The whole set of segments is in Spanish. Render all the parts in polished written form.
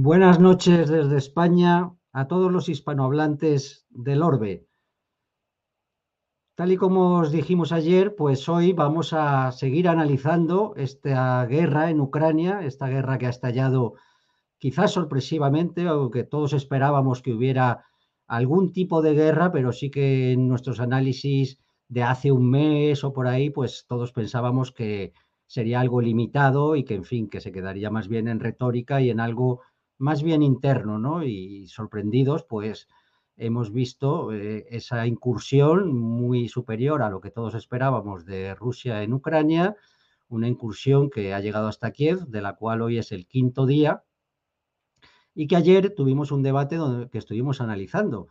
Buenas noches desde España a todos los hispanohablantes del orbe. Tal y como os dijimos ayer, pues hoy vamos a seguir analizando esta guerra en Ucrania, esta guerra que ha estallado quizás sorpresivamente, o que todos esperábamos que hubiera algún tipo de guerra, pero sí que en nuestros análisis de hace un mes o por ahí, pues todos pensábamos que sería algo limitado y que, en fin, que se quedaría más bien en retórica y en algo más bien interno, ¿no? Y sorprendidos, pues hemos visto esa incursión muy superior a lo que todos esperábamos de Rusia en Ucrania, una incursión que ha llegado hasta Kiev, de la cual hoy es el quinto día, y que ayer tuvimos un debate que estuvimos analizando.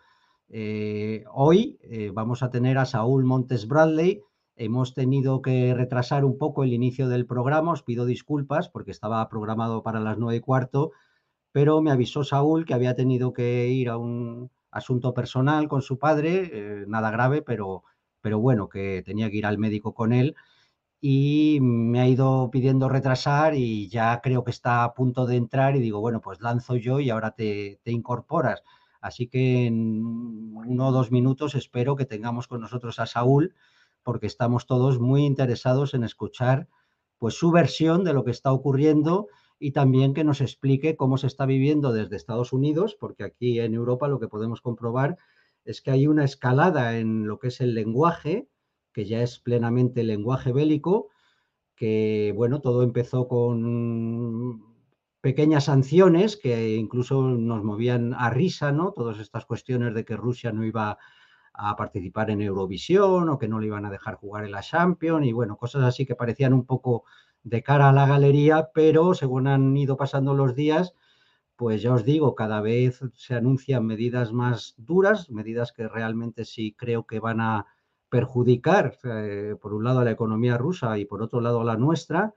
Hoy vamos a tener a Saúl Montes Bradley. Hemos tenido que retrasar un poco el inicio del programa, os pido disculpas porque estaba programado para las 9:15, pero me avisó Saúl que había tenido que ir a un asunto personal con su padre, nada grave, pero bueno, que tenía que ir al médico con él y me ha ido pidiendo retrasar y ya creo que está a punto de entrar y digo, bueno, pues lanzo yo y ahora te incorporas. Así que en 1 o 2 minutos espero que tengamos con nosotros a Saúl, porque estamos todos muy interesados en escuchar pues su versión de lo que está ocurriendo y también que nos explique cómo se está viviendo desde Estados Unidos, porque aquí en Europa lo que podemos comprobar es que hay una escalada en lo que es el lenguaje, que ya es plenamente lenguaje bélico, que bueno, todo empezó con pequeñas sanciones que incluso nos movían a risa, ¿no? Todas estas cuestiones de que Rusia no iba a participar en Eurovisión o que no le iban a dejar jugar en la Champions y bueno, cosas así que parecían un poco de cara a la galería, pero según han ido pasando los días, pues ya os digo, cada vez se anuncian medidas más duras, medidas que realmente sí creo que van a perjudicar, por un lado, a la economía rusa y por otro lado a la nuestra.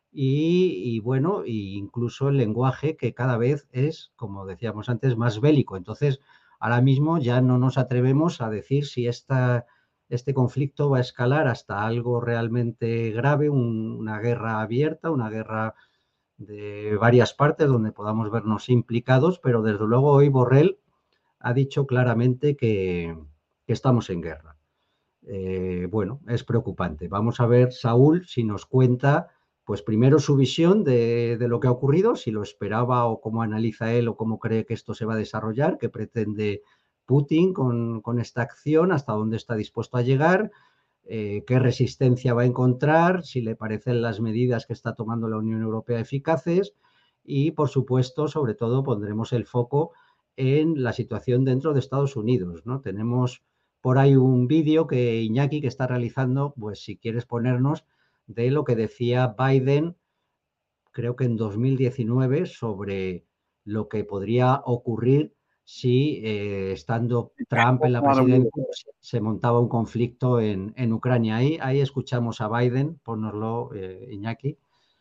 Y bueno, incluso el lenguaje que cada vez es, como decíamos antes, más bélico. Entonces, ahora mismo ya no nos atrevemos a decir si este conflicto va a escalar hasta algo realmente grave, una guerra abierta, una guerra de varias partes donde podamos vernos implicados, pero desde luego hoy Borrell ha dicho claramente que estamos en guerra. Bueno, es preocupante. Vamos a ver, Saúl, si nos cuenta, pues primero su visión de lo que ha ocurrido, si lo esperaba o cómo analiza él o cómo cree que esto se va a desarrollar, qué pretende Putin con esta acción, hasta dónde está dispuesto a llegar, qué resistencia va a encontrar, si le parecen las medidas que está tomando la Unión Europea eficaces y, por supuesto, sobre todo, pondremos el foco en la situación dentro de Estados Unidos, ¿no? Tenemos por ahí un vídeo que Iñaki que está realizando, pues si quieres ponernos, de lo que decía Biden, creo que en 2019, sobre lo que podría ocurrir si estando Trump en la presidencia se montaba un conflicto en Ucrania. Ahí escuchamos a Biden, ponnoslo, Iñaki.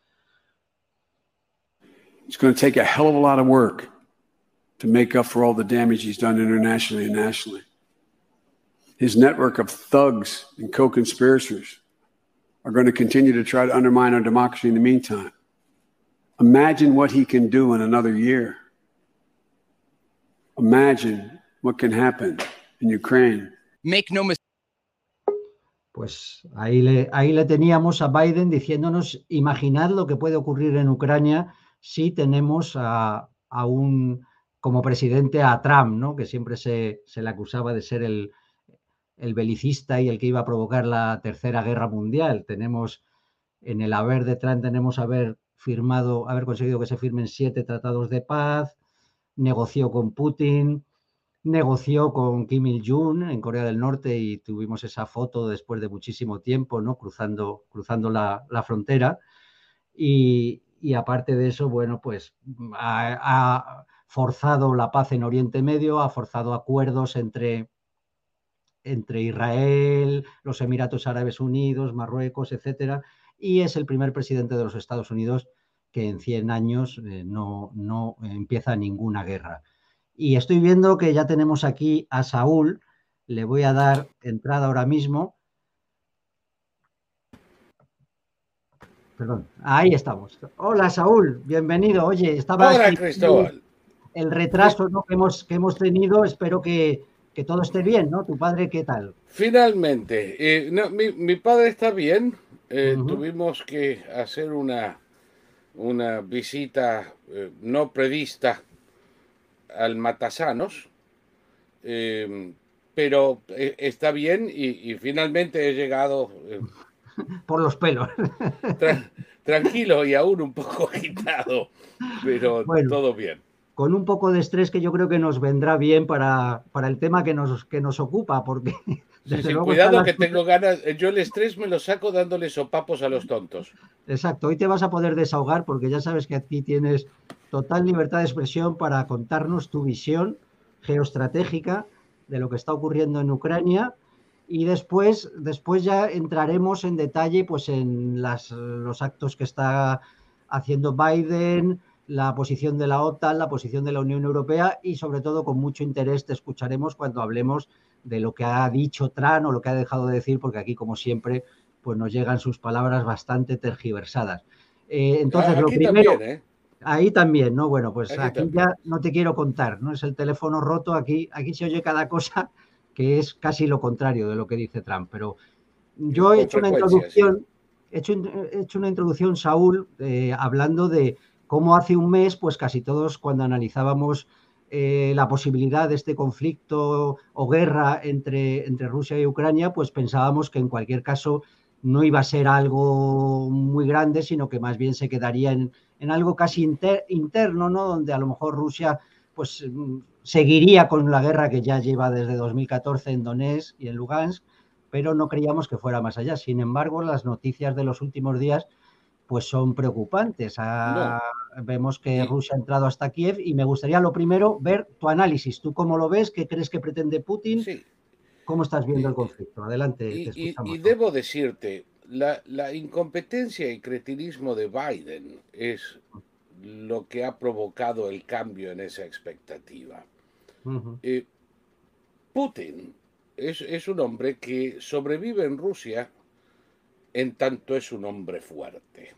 It's going to take a hell of a lot of work to make up for all the damage he's done internationally and nationally. His network of thugs and co-conspirators are going to continue to try to undermine our democracy in the meantime. Imagine what he can do in another year. Imagine what can happen in Ukraine. Make no mistake. Pues ahí le teníamos a Biden diciéndonos, imaginad lo que puede ocurrir en Ucrania si tenemos a un como presidente a Trump, ¿no? Que siempre se le acusaba de ser el belicista y el que iba a provocar la Tercera Guerra Mundial. Tenemos en el haber de Trump, tenemos haber conseguido que se firmen 7 tratados de paz, negoció con Putin, negoció con Kim Il-jung en Corea del Norte y tuvimos esa foto después de muchísimo tiempo, ¿no? Cruzando la frontera. Y aparte de eso, bueno, pues ha forzado la paz en Oriente Medio, ha forzado acuerdos entre Israel, los Emiratos Árabes Unidos, Marruecos, etcétera, y es el primer presidente de los Estados Unidos que en 100 años no empieza ninguna guerra. Y estoy viendo que ya tenemos aquí a Saúl, le voy a dar entrada ahora mismo. Perdón, ahí estamos. Hola Saúl, bienvenido. Oye, estaba Hola aquí Cristóbal. el retraso, ¿no?, que hemos tenido. Espero que todo esté bien, ¿no? ¿Tu padre qué tal? Finalmente, no, mi padre está bien. Ujú. Tuvimos que hacer una visita no prevista al Matasanos, eh, pero está bien y finalmente he llegado Por los pelos. tra- tranquilo y aún un poco agitado, pero Bueno, todo bien. con un poco de estrés que yo creo que nos vendrá bien para el tema que nos ocupa, porque Sí, desde sí, luego están cuidado las que cosas. tengo ganas. Yo el estrés me lo saco dándole sopapos a los tontos. Exacto, hoy te vas a poder desahogar porque ya sabes que aquí tienes total libertad de expresión para contarnos tu visión geoestratégica de lo que está ocurriendo en Ucrania y después ya entraremos en detalle pues en los actos que está haciendo Biden, la posición de la OTAN, la posición de la Unión Europea y sobre todo con mucho interés te escucharemos cuando hablemos de lo que ha dicho Trump o lo que ha dejado de decir, porque aquí como siempre pues nos llegan sus palabras bastante tergiversadas. Entonces, lo Aquí primero, también, ¿eh? ahí también, ¿no? Bueno, pues Aquí aquí ya también. no te quiero contar, ¿no? Es el teléfono roto, aquí se oye cada cosa que es casi lo contrario de lo que dice Trump. Pero yo he Con hecho una frecuencia, sí. introducción, he hecho una introducción, Saúl, hablando de cómo hace un mes, pues casi todos cuando analizábamos la posibilidad de este conflicto o guerra entre Rusia y Ucrania, pues pensábamos que en cualquier caso no iba a ser algo muy grande, sino que más bien se quedaría en algo casi interno, ¿no? Donde a lo mejor Rusia pues seguiría con la guerra que ya lleva desde 2014 en Donetsk y en Lugansk, pero no creíamos que fuera más allá. Sin embargo, las noticias de los últimos días pues son preocupantes. No. Vemos que Y, Rusia ha entrado hasta Kiev y me gustaría lo primero ver tu análisis. ¿Tú cómo lo ves? ¿Qué crees que pretende Putin? sí. ¿Cómo estás viendo el eh, conflicto? Adelante, te y escuchamos. debo decirte, la incompetencia y cretinismo de Biden es lo que ha provocado el cambio en esa expectativa. Uh -huh, Eh, Putin es un hombre que sobrevive en Rusia en tanto es un hombre fuerte.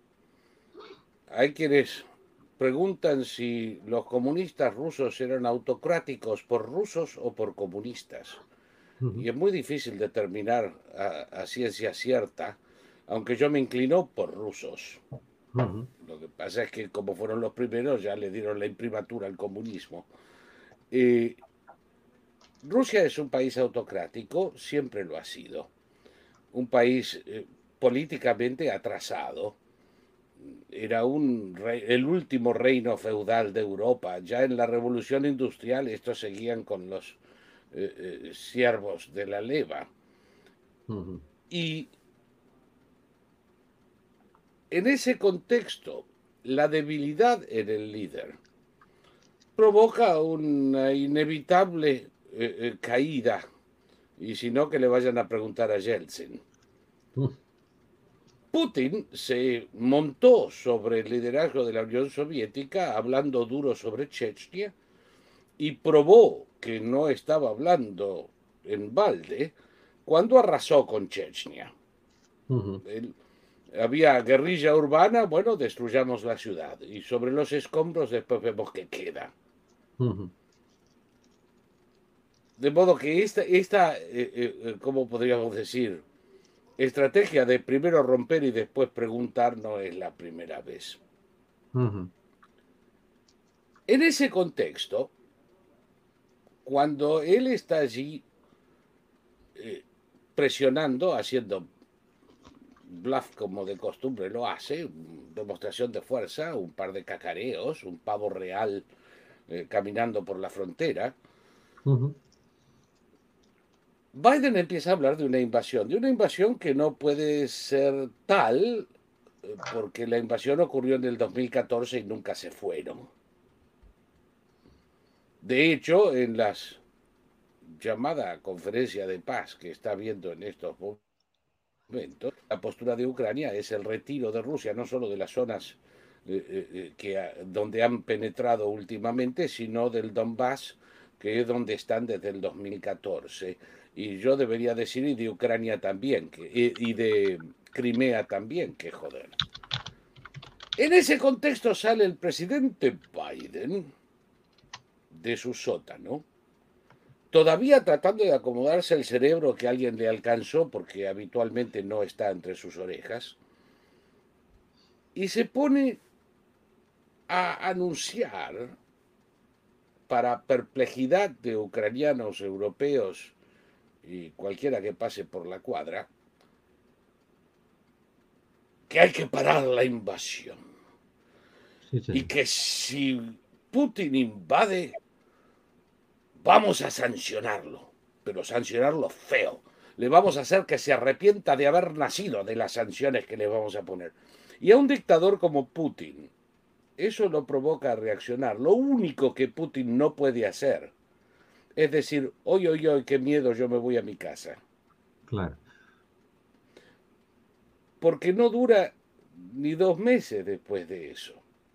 Hay quienes preguntan si los comunistas rusos eran autocráticos por rusos o por comunistas. uh -huh, Y es muy difícil determinar a ciencia cierta, aunque yo me inclino por rusos. uh -huh, Lo que pasa es que como fueron los primeros ya le dieron la imprimatura al comunismo. Eh, Rusia es un país autocrático, siempre lo ha sido. Un país políticamente atrasado. Era el último reino feudal de Europa. Ya en la revolución industrial estos seguían con los siervos de la leva. uh -huh. Y en ese contexto, la debilidad en el líder provoca una inevitable caída. Y si no, que le vayan a preguntar a Yeltsin. Putin se montó sobre el liderazgo de la Unión Soviética hablando duro sobre Chechnya y probó que no estaba hablando en balde cuando arrasó con Chechnya. Uh -huh. Él, había guerrilla urbana, bueno, destruyamos la ciudad y sobre los escombros después vemos qué queda. Uh -huh. De modo que ¿cómo podríamos decir? Estrategia de primero romper y después preguntar no es la primera vez. Uh -huh. En ese contexto, cuando él está allí presionando, haciendo bluff como de costumbre lo hace, demostración de fuerza, un par de cacareos, un pavo real caminando por la frontera, Uh -huh. Biden empieza a hablar de una invasión que no puede ser tal, porque la invasión ocurrió en el 2014 y nunca se fueron. De hecho, en las llamada conferencia de paz que está habiendo en estos momentos, la postura de Ucrania es el retiro de Rusia, no solo de las zonas donde han penetrado últimamente, sino del Donbass, que es donde están desde el 2014. Y yo debería decir, y de Ucrania también, y de Crimea también, que joder. En ese contexto sale el presidente Biden de su sótano, todavía tratando de acomodarse el cerebro que alguien le alcanzó, porque habitualmente no está entre sus orejas, y se pone a anunciar, para perplejidad de ucranianos, europeos y cualquiera que pase por la cuadra, que hay que parar la invasión. Sí, sí. Y que si Putin invade, vamos a sancionarlo, pero sancionarlo feo. Le vamos a hacer que se arrepienta de haber nacido de las sanciones que le vamos a poner. Y a un dictador como Putin, eso lo provoca a reaccionar. Lo único que Putin no puede hacer es decir, oye, oye, oye, qué miedo, yo me voy a mi casa. Claro. Porque no dura ni 2 meses después de eso.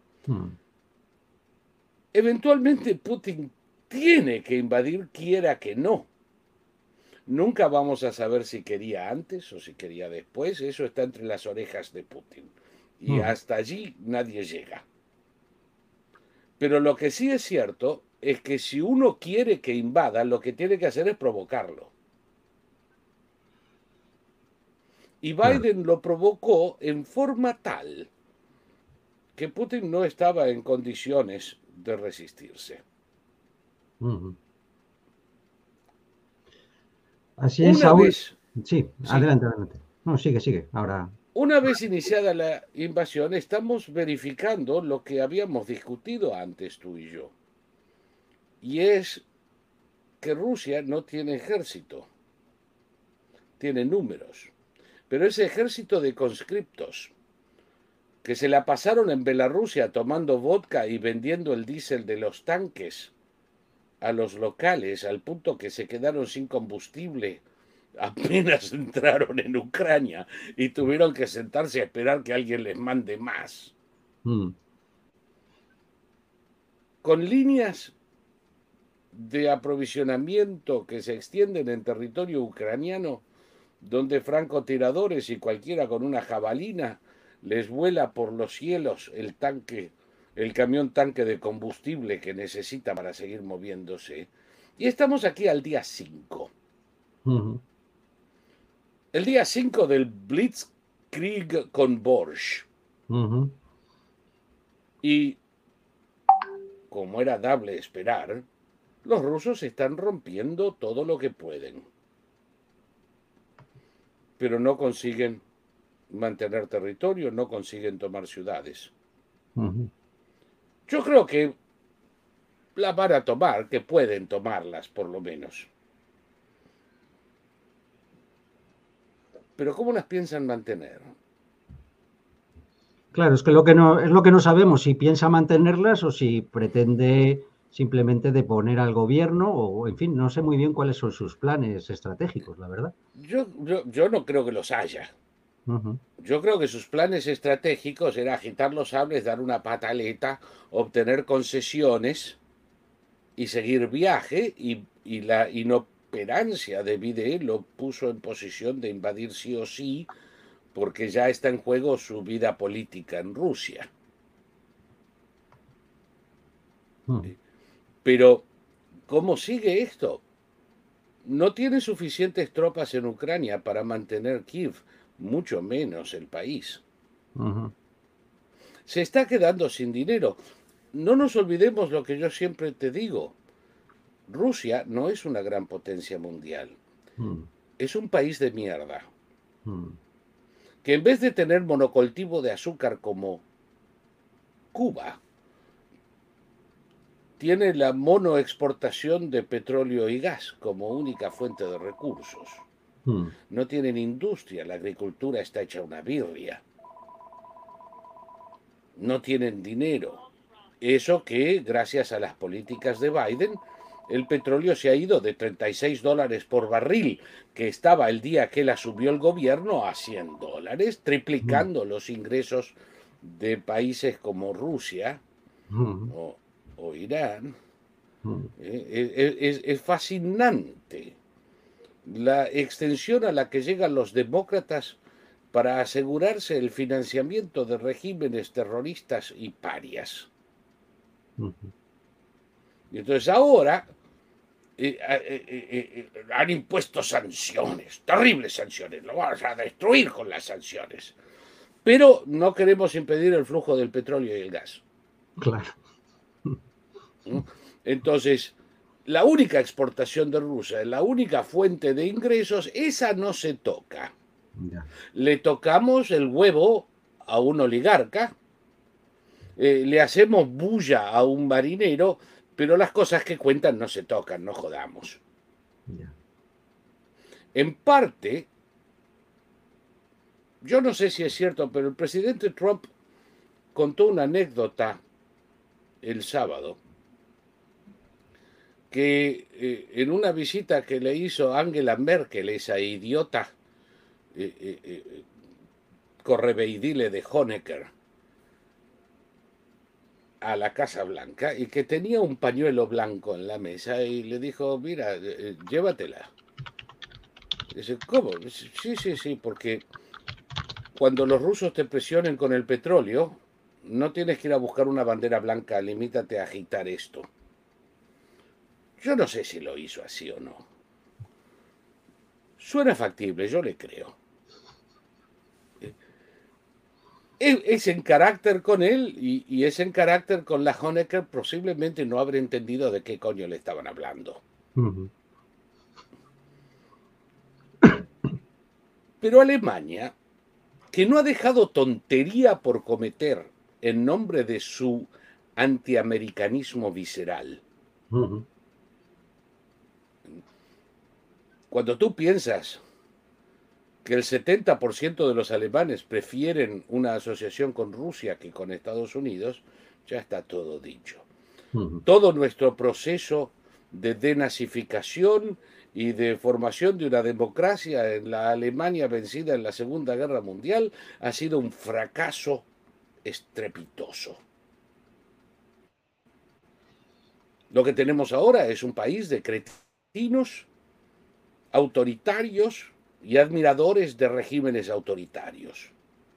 Eventualmente Putin tiene que invadir, quiera que no. Nunca vamos a saber si quería antes o si quería después. Eso está entre las orejas de Putin. Y hasta allí nadie llega. Pero lo que sí es cierto es que si uno quiere que invada, lo que tiene que hacer es provocarlo. Y Biden lo provocó en forma tal que Putin no estaba en condiciones de resistirse. Así es, Una Saúl. vez, Sí, sí, adelante, adelante. No, sigue, sigue. Ahora. una vez iniciada la invasión, estamos verificando lo que habíamos discutido antes tú y yo. Y es que Rusia no tiene ejército, tiene números. Pero ese ejército de conscriptos que se la pasaron en Bielorrusia tomando vodka y vendiendo el diésel de los tanques a los locales, al punto que se quedaron sin combustible apenas entraron en Ucrania y tuvieron que sentarse a esperar que alguien les mande más. Con líneas de aprovisionamiento que se extienden en territorio ucraniano, donde francotiradores y cualquiera con una jabalina les vuela por los cielos el tanque, el camión tanque de combustible que necesita para seguir moviéndose. Y estamos aquí al día 5. El día 5 del Blitzkrieg con Borsch. Y, como era dable esperar, los rusos están rompiendo todo lo que pueden. Pero no consiguen mantener territorio, no consiguen tomar ciudades. Yo creo que las van a tomar, que pueden tomarlas por lo menos. Pero ¿cómo las piensan mantener? Claro, es que lo que no, es lo que no sabemos, si piensa mantenerlas o si pretende simplemente deponer al gobierno, o en fin, no sé muy bien cuáles son sus planes estratégicos, la verdad. Yo no creo que los haya. Yo creo que sus planes estratégicos era agitar los sables, dar una pataleta, obtener concesiones y seguir viaje, y la inoperancia de Biden lo puso en posición de invadir sí o sí, porque ya está en juego su vida política en Rusia. Pero, ¿cómo sigue esto? No tiene suficientes tropas en Ucrania para mantener Kiev, mucho menos el país. Se está quedando sin dinero. No nos olvidemos lo que yo siempre te digo. Rusia no es una gran potencia mundial. Es un país de mierda. Que en vez de tener monocultivo de azúcar como Cuba, tiene la monoexportación de petróleo y gas como única fuente de recursos. No tienen industria, la agricultura está hecha una birria. No tienen dinero. Eso que, gracias a las políticas de Biden, el petróleo se ha ido de $36 por barril, que estaba el día que él asumió el gobierno, a $100, triplicando los ingresos de países como Rusia o Irán. Es fascinante la extensión a la que llegan los demócratas para asegurarse el financiamiento de regímenes terroristas y parias. Y entonces ahora han impuesto sanciones, terribles sanciones, lo vamos a destruir con las sanciones. Pero no queremos impedir el flujo del petróleo y el gas. Claro. ¿No? Entonces, la única exportación de Rusia, la única fuente de ingresos, esa no se toca. Ya. Le tocamos el huevo a un oligarca, le hacemos bulla a un marinero, pero las cosas que cuentan no se tocan, no jodamos. Ya. En parte, yo no sé si es cierto, pero el presidente Trump contó una anécdota el sábado, que en una visita que le hizo Angela Merkel, esa idiota correveidile de Honecker, a la Casa Blanca, y que tenía un pañuelo blanco en la mesa, y le dijo, mira, llévatela. Dice, ¿cómo? Sí, porque cuando los rusos te presionen con el petróleo, no tienes que ir a buscar una bandera blanca, limítate a agitar esto. Yo no sé si lo hizo así o no. Suena factible, yo le creo. Es en carácter con él y es en carácter con la Honecker, posiblemente no habrá entendido de qué coño le estaban hablando. Pero Alemania, que no ha dejado tontería por cometer en nombre de su antiamericanismo visceral. Cuando tú piensas que el 70% de los alemanes prefieren una asociación con Rusia que con Estados Unidos, ya está todo dicho. Todo nuestro proceso de denazificación y de formación de una democracia en la Alemania vencida en la Segunda Guerra Mundial ha sido un fracaso estrepitoso. Lo que tenemos ahora es un país de cretinos, autoritarios y admiradores de regímenes autoritarios.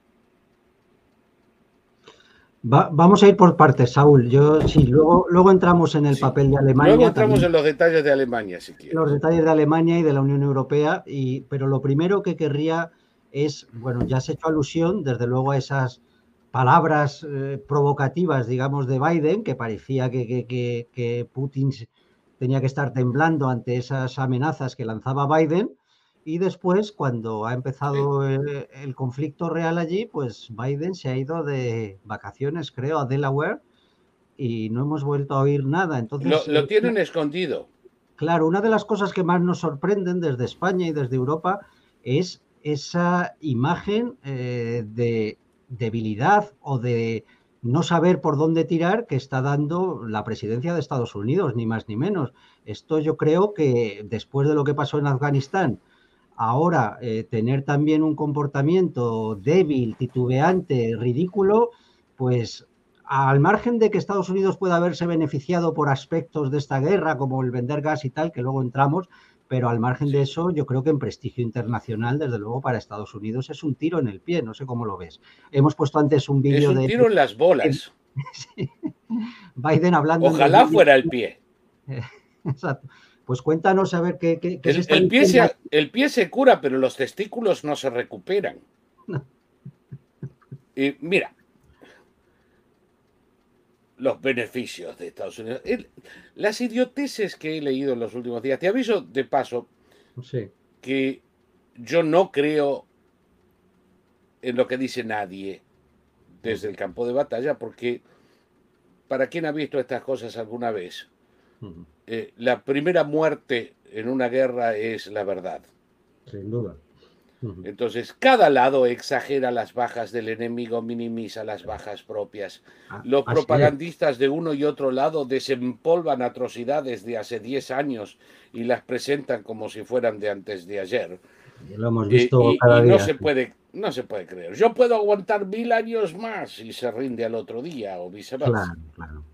Vamos a ir por partes, Saúl. Luego entramos en el papel de Alemania. Luego entramos en los detalles de Alemania, si quieres. Los detalles de Alemania y de la Unión Europea. Pero lo primero que querría es, bueno, ya has hecho alusión, desde luego, a esas palabras provocativas, digamos, de Biden, que parecía que Putin tenía que estar temblando ante esas amenazas que lanzaba Biden. Y después, cuando ha empezado el conflicto real allí, pues Biden se ha ido de vacaciones, creo, a Delaware y no hemos vuelto a oír nada. Entonces, lo tienen escondido. Claro, una de las cosas que más nos sorprenden desde España y desde Europa es esa imagen de debilidad o de no saber por dónde tirar que está dando la presidencia de Estados Unidos, ni más ni menos. Esto yo creo que después de lo que pasó en Afganistán, ahora tener también un comportamiento débil, titubeante, ridículo, pues al margen de que Estados Unidos pueda haberse beneficiado por aspectos de esta guerra, como el vender gas y tal, que luego entramos, pero al margen de eso, yo creo que en prestigio internacional, desde luego, para Estados Unidos es un tiro en el pie, no sé cómo lo ves. Hemos puesto antes un vídeo de... Es un tiro en las bolas. Biden hablando... Ojalá fuera el pie. Exacto. Pues cuéntanos a ver qué se está diciendo. El pie se cura, pero los testículos no se recuperan. No. Mira, los beneficios de Estados Unidos. Las idioteces que he leído en los últimos días. Te aviso de paso que yo no creo en lo que dice nadie desde el campo de batalla, porque para quien ha visto estas cosas alguna vez, la primera muerte en una guerra es la verdad. Sin duda. Entonces, cada lado exagera las bajas del enemigo, minimiza las bajas propias. Los propagandistas de uno y otro lado desempolvan atrocidades de hace 10 años y las presentan como si fueran de antes de ayer. Lo hemos visto cada día. No se puede creer. Yo puedo aguantar 1000 años más y se rinde al otro día o viceversa. Claro.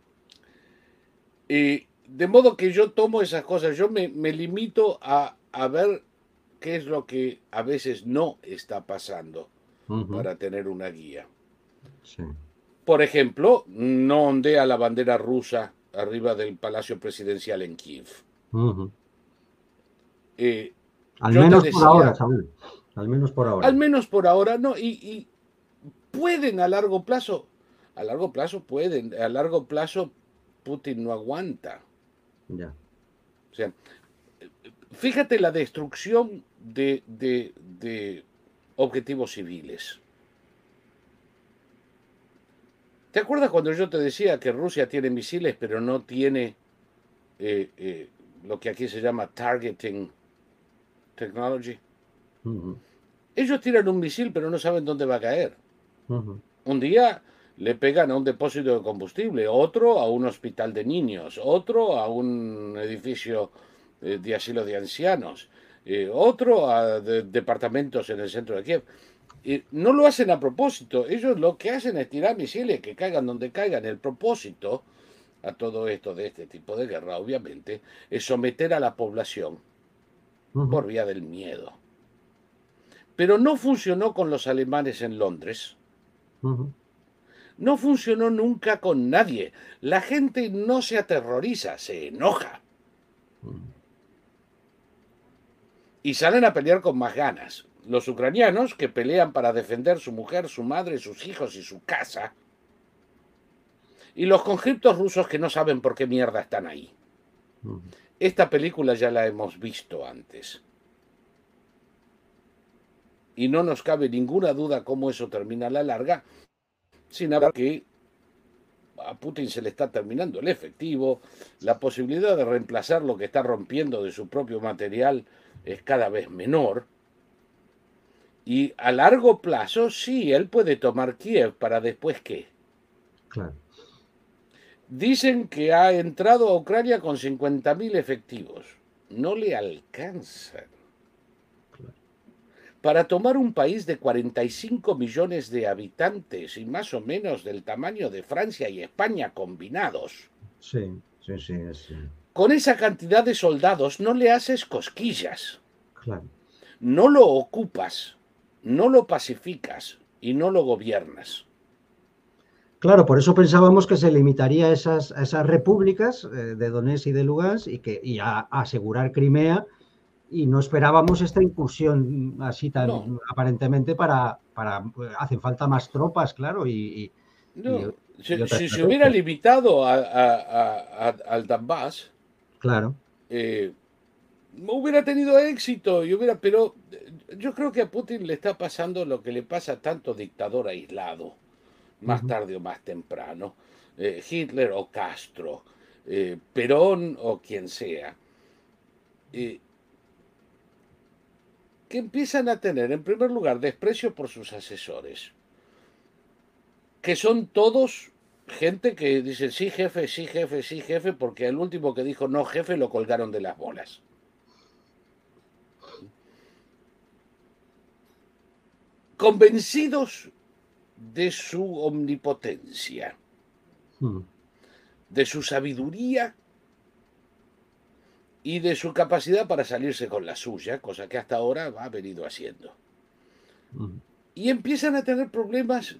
De modo que yo tomo esas cosas, yo me limito a ver qué es lo que a veces no está pasando para tener una guía. Sí. Por ejemplo, no ondea la bandera rusa arriba del Palacio Presidencial en Kiev. Ujú. Al Yo te menos por ahora, decía, Saúl. Al menos por ahora. al menos por ahora, no, y pueden a largo plazo pueden, a largo plazo Putin no aguanta. Ya. O sea, fíjate la destrucción de objetivos civiles. ¿Te acuerdas cuando yo te decía que Rusia tiene misiles pero no tiene lo que aquí se llama targeting technology? Ujú, Ellos tiran un misil pero no saben dónde va a caer. ujú, Un día le pegan a un depósito de combustible, otro a un hospital de niños, otro a un edificio de asilo de ancianos, otro a departamentos en el centro de Kiev. No lo hacen a propósito, ellos lo que hacen es tirar misiles que caigan donde caigan. El propósito a todo esto de este tipo de guerra, obviamente, es someter a la población ujú, por vía del miedo. Pero no funcionó con los alemanes en Londres. ujú, No funcionó nunca con nadie. La gente no se aterroriza, se enoja. ujú. Y salen a pelear con más ganas. Los ucranianos, que pelean para defender su mujer, su madre, sus hijos y su casa. Y los conscriptos rusos que no saben por qué mierda están ahí. Ujú. Esta película ya la hemos visto antes. Y no nos cabe ninguna duda cómo eso termina a la larga, sin hablar que a Putin se le está terminando el efectivo, la posibilidad de reemplazar lo que está rompiendo de su propio material es cada vez menor, y a largo plazo sí, él puede tomar Kiev para después qué. Claro. Dicen que ha entrado a Ucrania con 50.000 efectivos. No le alcanzan. Claro. Para tomar un país de 45 millones de habitantes y más o menos del tamaño de Francia y España combinados. Sí, sí, sí, Con esa cantidad de soldados no le haces cosquillas, claro. no lo ocupas, no lo pacificas y no lo gobiernas. Claro, por eso pensábamos que se limitaría a esas repúblicas de Donetsk y de Lugansk y a asegurar Crimea y no esperábamos esta incursión así No, tan aparentemente hacen falta más tropas, claro, y no. y otra Si se hubiera estrategia. limitado al Donbass, Claro. eh, hubiera tenido éxito y hubiera, pero yo creo que a Putin le está pasando lo que le pasa a tanto dictador aislado, más Ujú. tarde o más temprano, Hitler o Castro, Perón o quien sea, eh, que empiezan a tener en primer lugar desprecio por sus asesores, que son todos gente que dice sí jefe, sí jefe, sí jefe, porque el último que dijo no jefe lo colgaron de las bolas. Convencidos de su omnipotencia, Ujú. de su sabiduría y de su capacidad para salirse con la suya, cosa que hasta ahora ha venido haciendo. Ujú. Y empiezan a tener problemas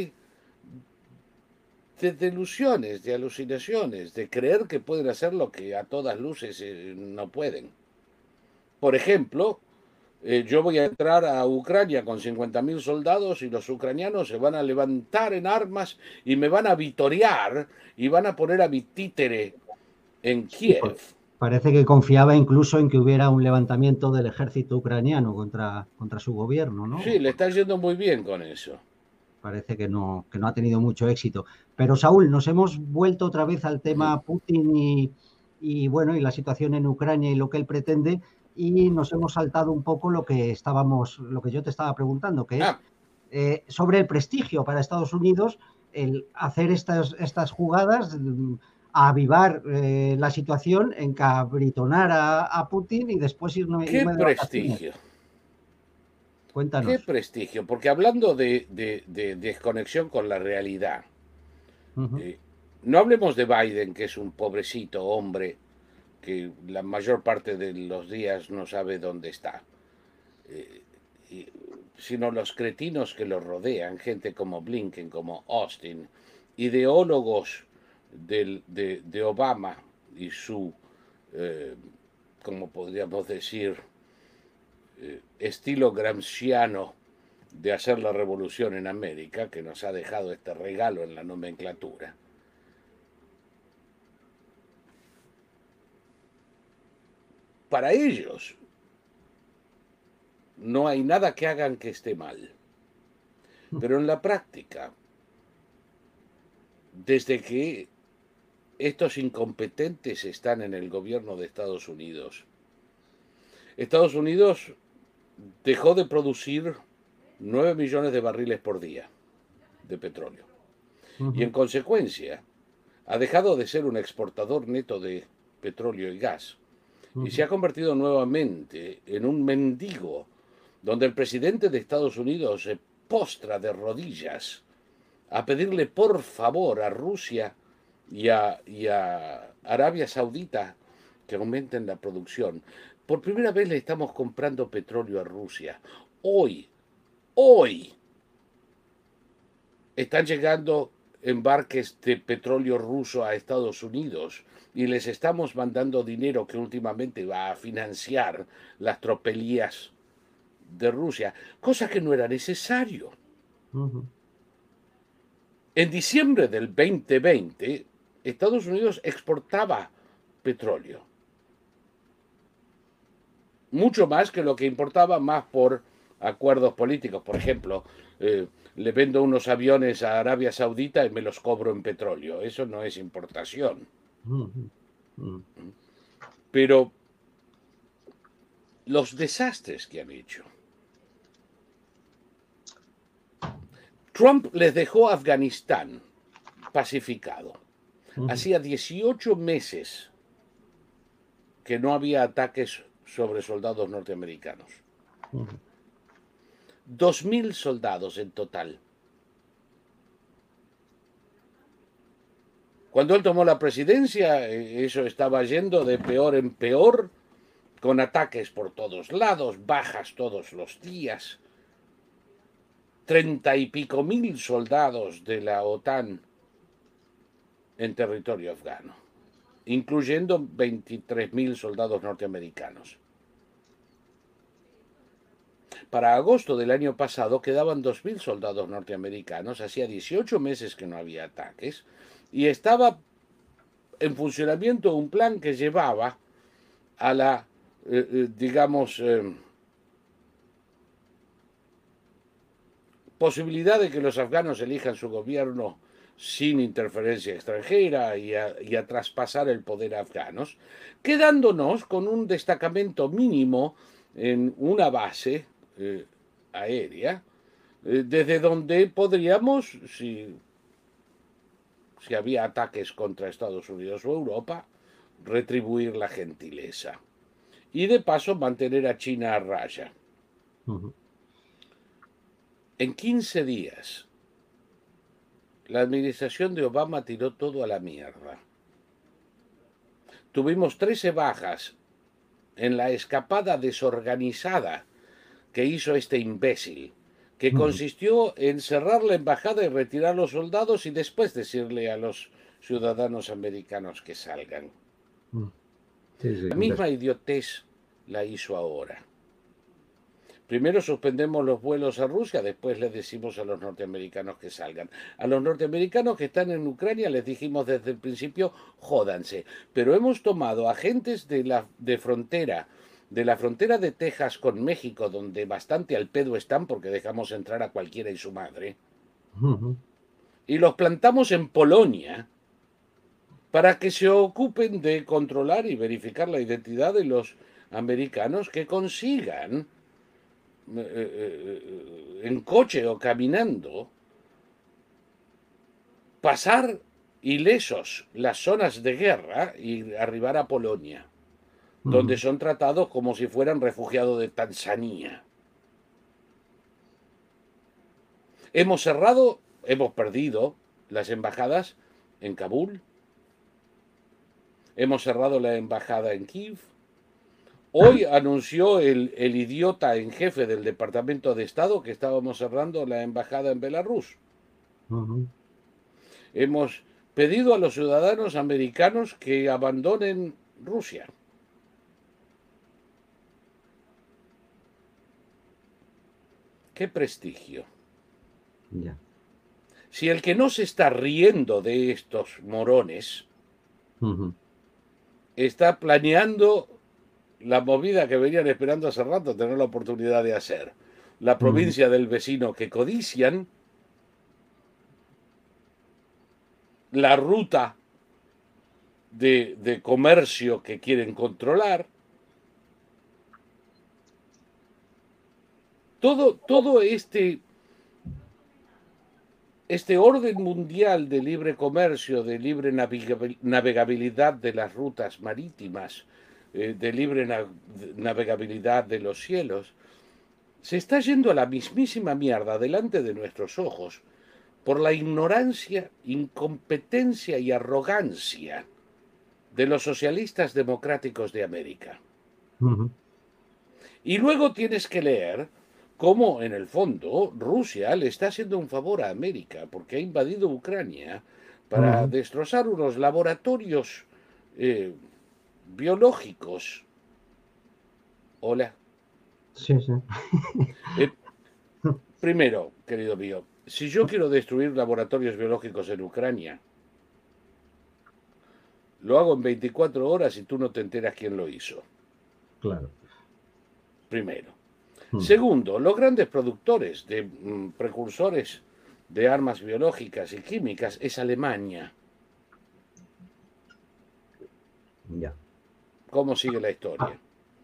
de delusiones, de alucinaciones, de creer que pueden hacer lo que a todas luces no pueden. Por ejemplo, yo voy a entrar a Ucrania con 50.000 soldados y los ucranianos se van a levantar en armas y me van a vitorear y van a poner a mi títere en Sí, Kiev. parece que confiaba incluso en que hubiera un levantamiento del ejército ucraniano contra su gobierno, Sí, ¿no? le está yendo muy bien con eso. Parece que no ha tenido mucho éxito. Pero Saúl, nos hemos vuelto otra vez al tema Putin bueno, y la situación en Ucrania y lo que él pretende, y nos hemos saltado un poco lo que yo te estaba preguntando, que es Ah, sobre el prestigio para Estados Unidos, el hacer estas jugadas, a avivar la situación, encabritonar a Putin y después qué irme de vacaciones. prestigio. Qué Cuéntanos. prestigio. Porque hablando de desconexión con la realidad, Ujú. eh, no hablemos de Biden, que es un pobrecito hombre que la mayor parte de los días no sabe dónde está, eh, y- sino los cretinos que lo rodean, gente como Blinken, como Austin, ideólogos de Obama y su, como podríamos decir, estilo gramsciano de hacer la revolución en América, que nos ha dejado este regalo en la nomenclatura. Para ellos no hay nada que hagan que esté mal. Pero en la práctica, desde que estos incompetentes están en el gobierno de Estados Unidos dejó de producir 9 millones de barriles por día de petróleo. Y en consecuencia, ha dejado de ser un exportador neto de petróleo y gas. Y se ha convertido nuevamente en un mendigo, donde el presidente de Estados Unidos se postra de rodillas a pedirle por favor a Rusia y a Arabia Saudita que aumenten la producción. Por primera vez le estamos comprando petróleo a Rusia. Hoy están llegando embarques de petróleo ruso a Estados Unidos y les estamos mandando dinero que últimamente va a financiar las tropelías de Rusia, cosa que no era necesario. En diciembre del 2020, Estados Unidos exportaba petróleo. Mucho más que lo que importaba, más por acuerdos políticos. Por ejemplo, le vendo unos aviones a Arabia Saudita y me los cobro en petróleo. Eso no es importación. Pero los desastres que han hecho. Trump les dejó Afganistán pacificado. Hacía 18 meses que no había ataques sobre soldados norteamericanos. 2.000 soldados en total. Cuando él tomó la presidencia, eso estaba yendo de peor en peor, con ataques por todos lados, bajas todos los días. 30 y pico mil soldados de la OTAN en territorio afgano, incluyendo 23.000 soldados norteamericanos. Para agosto del año pasado quedaban 2.000 soldados norteamericanos, hacía 18 meses que no había ataques, y estaba en funcionamiento un plan que llevaba a la, posibilidad de que los afganos elijan su gobierno sin interferencia extranjera y a traspasar el poder a afganos, quedándonos con un destacamento mínimo en una base aérea, desde donde podríamos, si había ataques contra Estados Unidos o Europa, retribuir la gentileza. Y de paso mantener a China a raya. En 15 días, la administración de Obama tiró todo a la mierda. Tuvimos 13 bajas en la escapada desorganizada que hizo este imbécil, que consistió en cerrar la embajada y retirar los soldados y después decirle a los ciudadanos americanos que salgan. La misma idiotez la hizo ahora. Primero suspendemos los vuelos a Rusia, después les decimos a los norteamericanos que salgan. A los norteamericanos que están en Ucrania les dijimos desde el principio, jódanse. Pero hemos tomado agentes de la frontera de Texas con México, donde bastante al pedo están porque dejamos entrar a cualquiera y su madre, y los plantamos en Polonia para que se ocupen de controlar y verificar la identidad de los americanos que consigan en coche o caminando pasar ilesos las zonas de guerra y arribar a Polonia, donde son tratados como si fueran refugiados de Tanzania. Hemos perdido las embajadas en Kabul, hemos cerrado la embajada en Kiev. Hoy anunció el idiota en jefe del Departamento de Estado que estábamos cerrando la embajada en Belarus. Hemos pedido a los ciudadanos americanos que abandonen Rusia. ¡Qué prestigio! Ya. Si el que no se está riendo de estos morones está planeando la movida que venían esperando hace rato tener la oportunidad de hacer. La provincia del vecino que codician, la ruta de comercio que quieren controlar, todo este orden mundial de libre comercio, de libre navegabilidad de las rutas marítimas, de libre navegabilidad de los cielos, se está yendo a la mismísima mierda delante de nuestros ojos por la ignorancia, incompetencia y arrogancia de los socialistas democráticos de América. Y luego tienes que leer cómo, en el fondo, Rusia le está haciendo un favor a América porque ha invadido Ucrania para destrozar unos laboratorios biológicos. Hola. Sí, sí. Primero, querido mío, si yo quiero destruir laboratorios biológicos en Ucrania, lo hago en 24 horas y tú no te enteras quién lo hizo. Claro. Primero. Segundo, los grandes productores de precursores de armas biológicas y químicas es Alemania. Ya. ¿Cómo sigue la historia?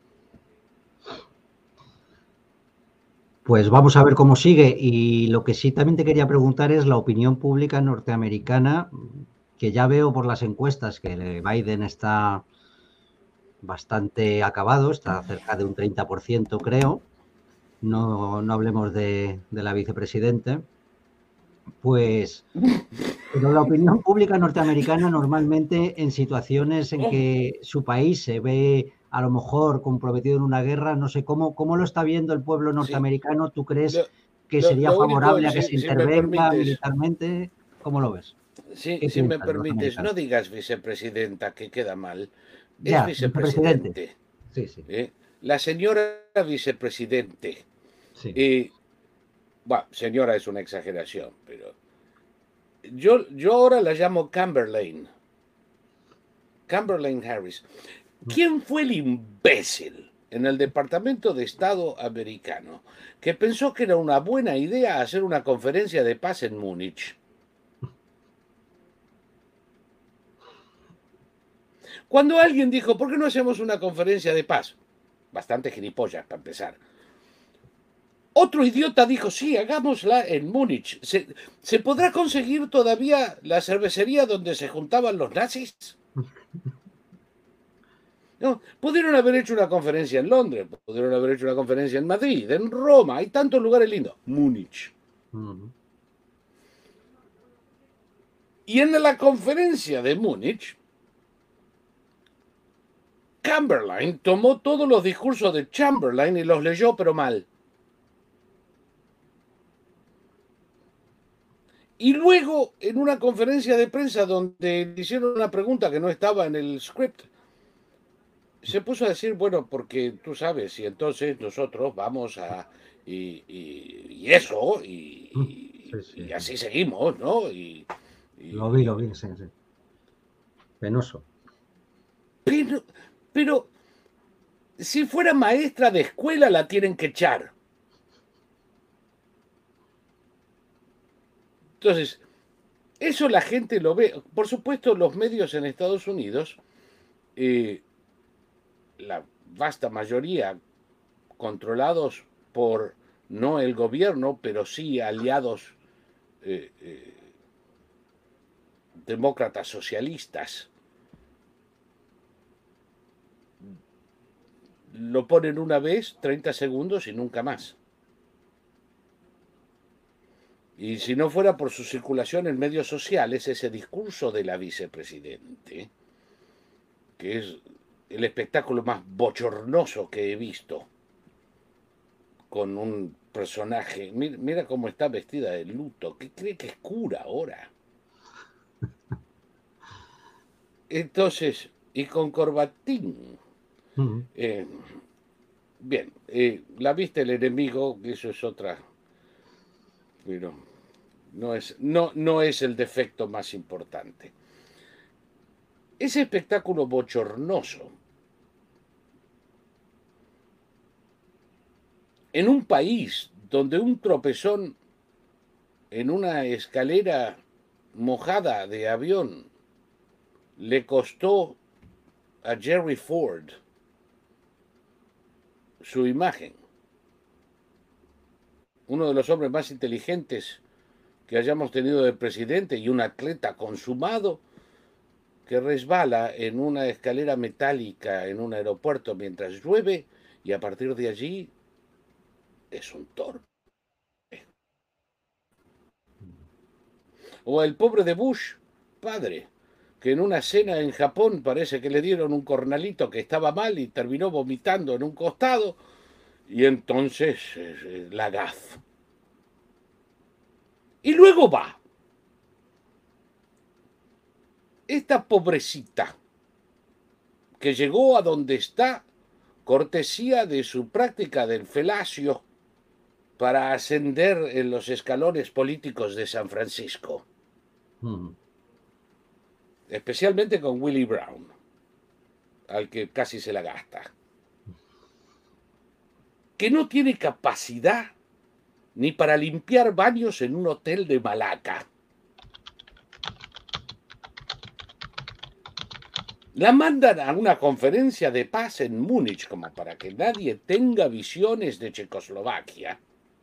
Pues vamos a ver cómo sigue. Y lo que sí también te quería preguntar es la opinión pública norteamericana, que ya veo por las encuestas que Biden está bastante acabado, está cerca de un 30%, creo. No hablemos de la vicepresidente. Pues, pero la opinión pública norteamericana normalmente en situaciones en que su país se ve a lo mejor comprometido en una guerra, no sé cómo lo está viendo el pueblo Sí. norteamericano. ¿Tú crees que sería Lo único, favorable a que se si me intervenga permites, militarmente? ¿Cómo lo ves? ¿Qué si me piensan los permites, no americanos? digas vicepresidenta, que queda mal. Es Ya, vicepresidente. vicepresidente. Sí, sí, La señora vicepresidente. sí. Bueno, señora es una exageración, pero yo ahora la llamo Camberlain. Camberlain Harris. ¿Quién fue el imbécil en el Departamento de Estado americano que pensó que era una buena idea hacer una conferencia de paz en Múnich? Cuando alguien dijo, ¿por qué no hacemos una conferencia de paz? Bastante gilipollas, para empezar. Otro idiota dijo, sí, hagámosla en Múnich. ¿Se podrá conseguir todavía la cervecería donde se juntaban los nazis? No, pudieron haber hecho una conferencia en Londres, pudieron haber hecho una conferencia en Madrid, en Roma, hay tantos lugares lindos. Múnich. Y en la conferencia de Múnich, Chamberlain tomó todos los discursos de Chamberlain y los leyó, pero mal. Y luego, en una conferencia de prensa donde le hicieron una pregunta que no estaba en el script, se puso a decir, bueno, porque tú sabes, y entonces nosotros vamos a... Y eso, Sí, sí, y sí. así seguimos, ¿no? Lo vi, sí, sí. Penoso. Pero si fuera maestra de escuela la tienen que echar. Entonces, eso la gente lo ve. Por supuesto, los medios en Estados Unidos, la vasta mayoría controlados por no el gobierno, pero sí aliados demócratas socialistas, lo ponen una vez, 30 segundos y nunca más. Y si no fuera por su circulación en medios sociales, ese discurso de la vicepresidente, que es el espectáculo más bochornoso que he visto, con un personaje, mira cómo está vestida de luto, ¿qué cree que es cura ahora? Entonces, y con corbatín. Ujú. Bien, la vista del enemigo, eso es otra, pero no es el defecto más importante. Ese espectáculo bochornoso en un país donde un tropezón en una escalera mojada de avión le costó a Jerry Ford su imagen, uno de los hombres más inteligentes que hayamos tenido de presidente y un atleta consumado, que resbala en una escalera metálica en un aeropuerto mientras llueve y a partir de allí es un torpe. O el pobre de Bush, padre, que en una cena en Japón parece que le dieron un cornalito que estaba mal y terminó vomitando en un costado y entonces la gaf. Y luego va esta pobrecita que llegó a donde está cortesía de su práctica del felacio para ascender en los escalones políticos de San Francisco, Ujú. especialmente con Willie Brown, al que casi se la gasta, que no tiene capacidad ni para limpiar baños en un hotel de Malaca. La mandan a una conferencia de paz en Múnich como para que nadie tenga visiones de Checoslovaquia.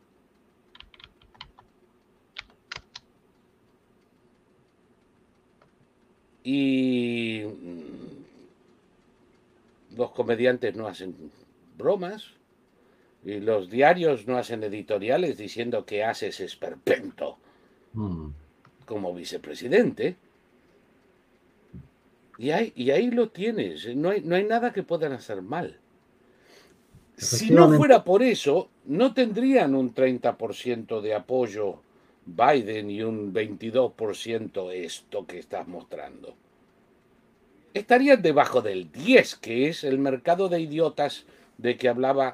Y los comediantes no hacen bromas y los diarios no hacen editoriales diciendo que haces esperpento como vicepresidente. Y ahí lo tienes, no hay nada que puedan hacer mal. Si no Efectivamente. fuera por eso, no tendrían un 30% de apoyo Biden y un 22% esto que estás mostrando. Estarían debajo del 10, que es el mercado de idiotas de que hablaba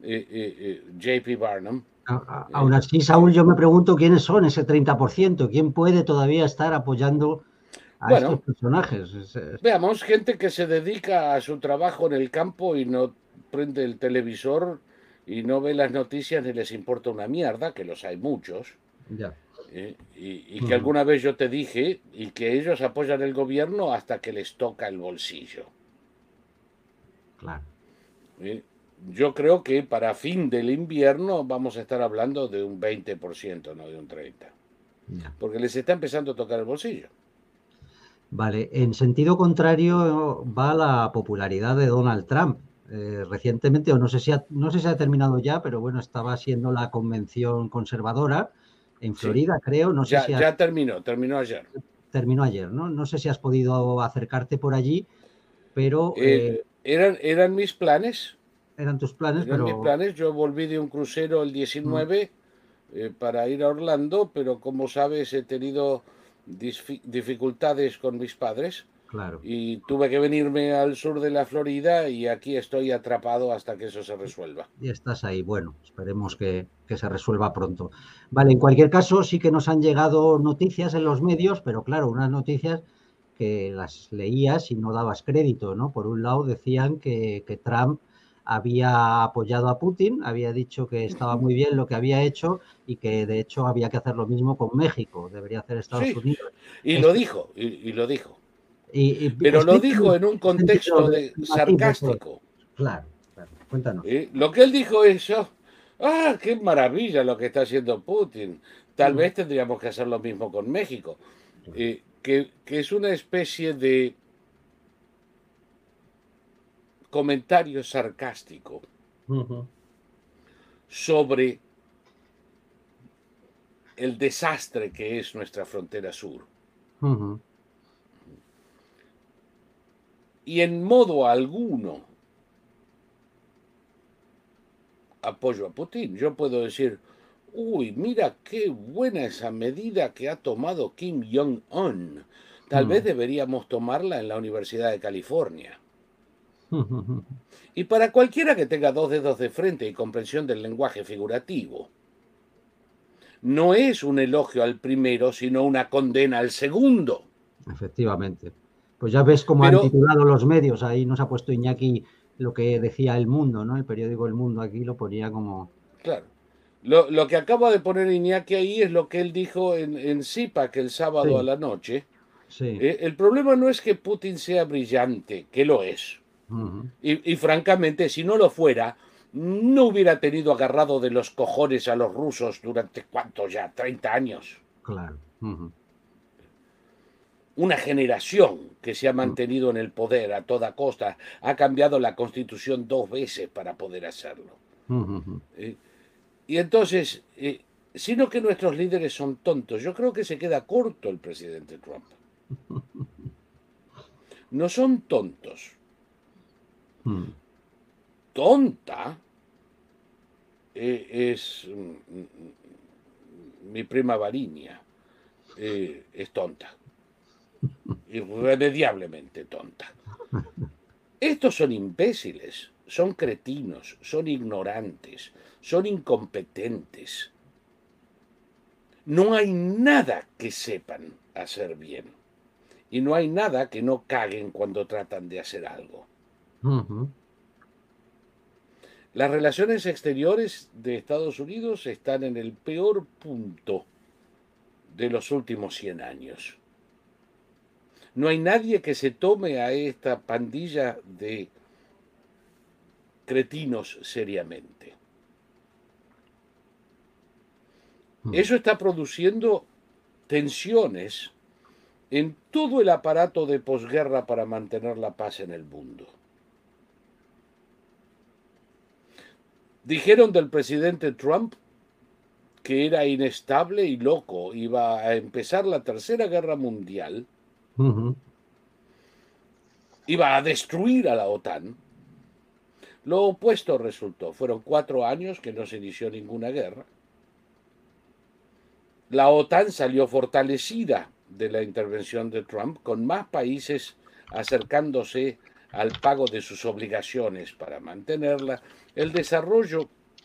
JP Barnum. Aún así, Saúl, yo me pregunto quiénes son ese 30%, quién puede todavía estar apoyando a estos Bueno, personajes. veamos, gente que se dedica a su trabajo en el campo y no prende el televisor y no ve las noticias ni les importa una mierda, que los hay muchos, Ya. y que alguna vez yo te dije, y que ellos apoyan el gobierno hasta que les toca el bolsillo. Claro. ¿Eh? Yo creo que para fin del invierno vamos a estar hablando de un 20%, no de un 30%, Ya. porque les está empezando a tocar el bolsillo. Vale, en sentido contrario va la popularidad de Donald Trump. Recientemente, o no sé si ha terminado ya, pero bueno, estaba siendo la convención conservadora en Sí, Florida, creo. No sé si ya terminó ayer. terminó ayer, ¿no? No sé si has podido acercarte por allí, pero Eran mis planes. eran tus planes, Eran mis pero planes. Yo volví de un crucero el 19 para ir a Orlando, pero como sabes he tenido dificultades con mis padres claro, y tuve que venirme al sur de la Florida y aquí estoy atrapado hasta que eso se resuelva. y estás ahí. Bueno, esperemos que se resuelva pronto. Vale, en cualquier caso, sí que nos han llegado noticias en los medios, pero claro, unas noticias que las leías y no dabas crédito, ¿no? Por un lado decían que Trump había apoyado a Putin, había dicho que estaba muy bien lo que había hecho y que de hecho había que hacer lo mismo con México, debería hacer Estados Sí, Unidos. y lo Este, dijo, y lo dijo. Pero lo explícanos dijo en un el sentido contexto matiz de todo. sarcástico. Claro, claro, cuéntanos. Lo que él dijo es, qué maravilla lo que está haciendo Putin. Tal Mm, vez tendríamos que hacer lo mismo con México. Que es una especie de comentario sarcástico ujú, sobre el desastre que es nuestra frontera sur. ujú, Y en modo alguno apoyo a Putin. Yo puedo decir, uy, mira qué buena esa medida que ha tomado Kim Jong-un. Tal vez deberíamos tomarla en la Universidad de California. Y para cualquiera que tenga dos dedos de frente y comprensión del lenguaje figurativo, no es un elogio al primero, sino una condena al segundo. Efectivamente. Pues ya ves cómo han Pero, titulado los medios. Ahí nos ha puesto Iñaki lo que decía El Mundo, ¿no? El periódico El Mundo aquí lo ponía como... claro, lo que acaba de poner Iñaki ahí es lo que él dijo en CIPAC el sábado a Sí, la noche. sí. El problema no es que Putin sea brillante, que lo es. Ujú, Y francamente, si no lo fuera, no hubiera tenido agarrado de los cojones a los rusos durante, ¿cuánto ya? 30 años. claro. Ujú, Una generación que se ha mantenido en el poder a toda costa, ha cambiado la constitución 2 veces para poder hacerlo. ujú. ¿Eh? Y entonces, sino que nuestros líderes son tontos. Yo creo que se queda corto el presidente Trump. No son tontos. Mm, Tonta es mi prima Varinia. Es tonta. Irremediablemente tonta. Estos son imbéciles, son cretinos, son ignorantes, son incompetentes. No hay nada que sepan hacer bien. Y no hay nada que no caguen cuando tratan de hacer algo. ujú. Las relaciones exteriores de Estados Unidos están en el peor punto de los últimos 100 años. No hay nadie que se tome a esta pandilla de cretinos seriamente. Mm. Eso está produciendo tensiones en todo el aparato de posguerra para mantener la paz en el mundo. Dijeron del presidente Trump que era inestable y loco, iba a empezar la Tercera Guerra Mundial, Ujú. iba a destruir a la OTAN. Lo opuesto resultó. Fueron 4 años que no se inició ninguna guerra. La OTAN salió fortalecida de la intervención de Trump, con más países acercándose al pago de sus obligaciones para mantenerla. El desarrollo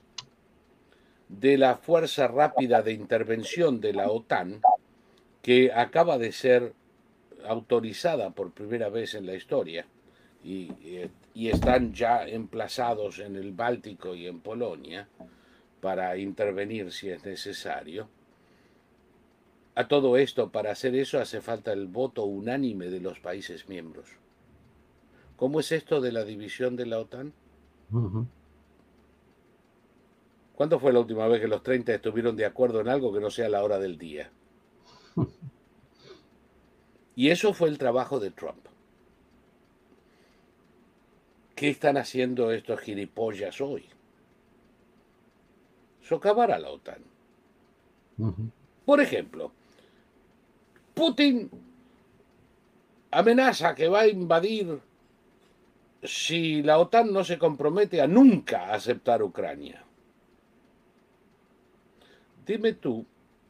de la Fuerza Rápida de Intervención de la OTAN, que acaba de ser autorizada por primera vez en la historia y están ya emplazados en el Báltico y en Polonia para intervenir si es necesario. A todo esto, para hacer eso hace falta el voto unánime de los países miembros. ¿Cómo es esto de la división de la OTAN? Ujú. ¿Cuándo fue la última vez que los 30 estuvieron de acuerdo en algo que no sea la hora del día? Y eso fue el trabajo de Trump. ¿Qué están haciendo estos gilipollas hoy? Socavar a la OTAN. Ujú. Por ejemplo, Putin amenaza que va a invadir si la OTAN no se compromete a nunca aceptar Ucrania. Dime tú,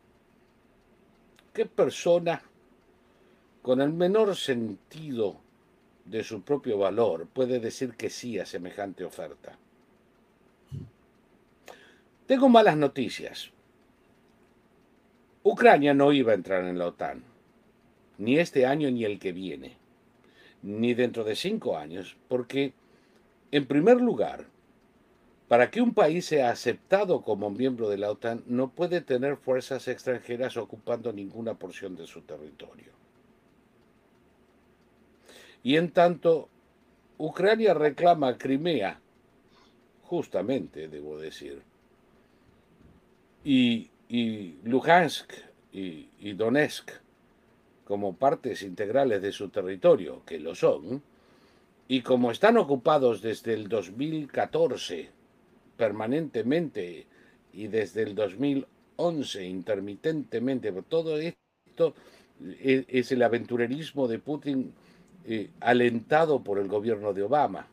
¿qué persona con el menor sentido de su propio valor puede decir que sí a semejante oferta? Tengo malas noticias. Ucrania no iba a entrar en la OTAN, ni este año ni el que viene, ni dentro de 5 años, porque, en primer lugar, para que un país sea aceptado como miembro de la OTAN, no puede tener fuerzas extranjeras ocupando ninguna porción de su territorio. Y en tanto, Ucrania reclama Crimea, justamente, debo decir, y Luhansk y Donetsk como partes integrales de su territorio, que lo son, y como están ocupados desde el 2014 permanentemente y desde el 2011 intermitentemente, todo esto es el aventurerismo de Putin alentado por el gobierno de Obama,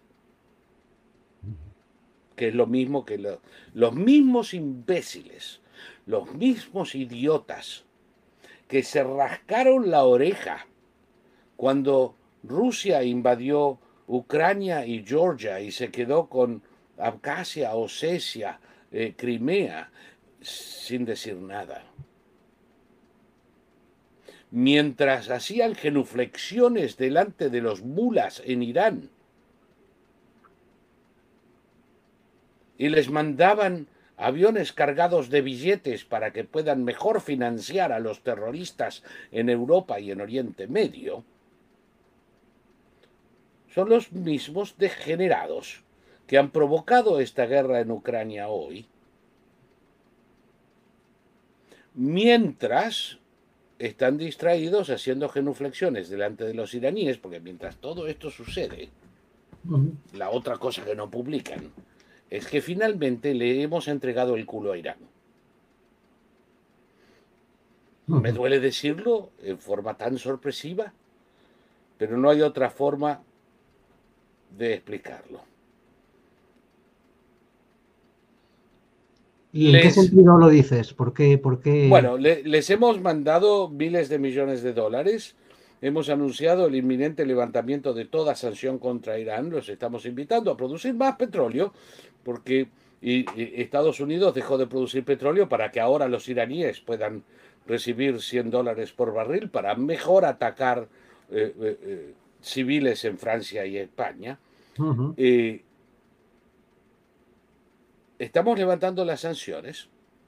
que es lo mismo que los mismos imbéciles, los mismos idiotas que se rascaron la oreja Cuando Rusia invadió Ucrania y Georgia y se quedó con Abjasia, Osetia, Crimea, sin decir nada. Mientras hacían genuflexiones delante de los mulas en Irán y les mandaban aviones cargados de billetes para que puedan mejor financiar a los terroristas en Europa y en Oriente Medio, son los mismos degenerados que han provocado esta guerra en Ucrania hoy, mientras están distraídos haciendo genuflexiones delante de los iraníes, porque mientras todo esto sucede, la otra cosa que no publican es que finalmente le hemos entregado el culo a Irán. Me duele decirlo en forma tan sorpresiva, pero no hay otra forma de explicarlo. ¿Y en qué sentido lo dices? ¿Por qué? Bueno, les hemos mandado miles de millones de dólares. Hemos anunciado el inminente levantamiento de toda sanción contra Irán. Los estamos invitando a producir más petróleo, porque Estados Unidos dejó de producir petróleo para que ahora los iraníes puedan recibir $100 por barril para mejor atacar civiles en Francia y España. Estamos levantando las sanciones.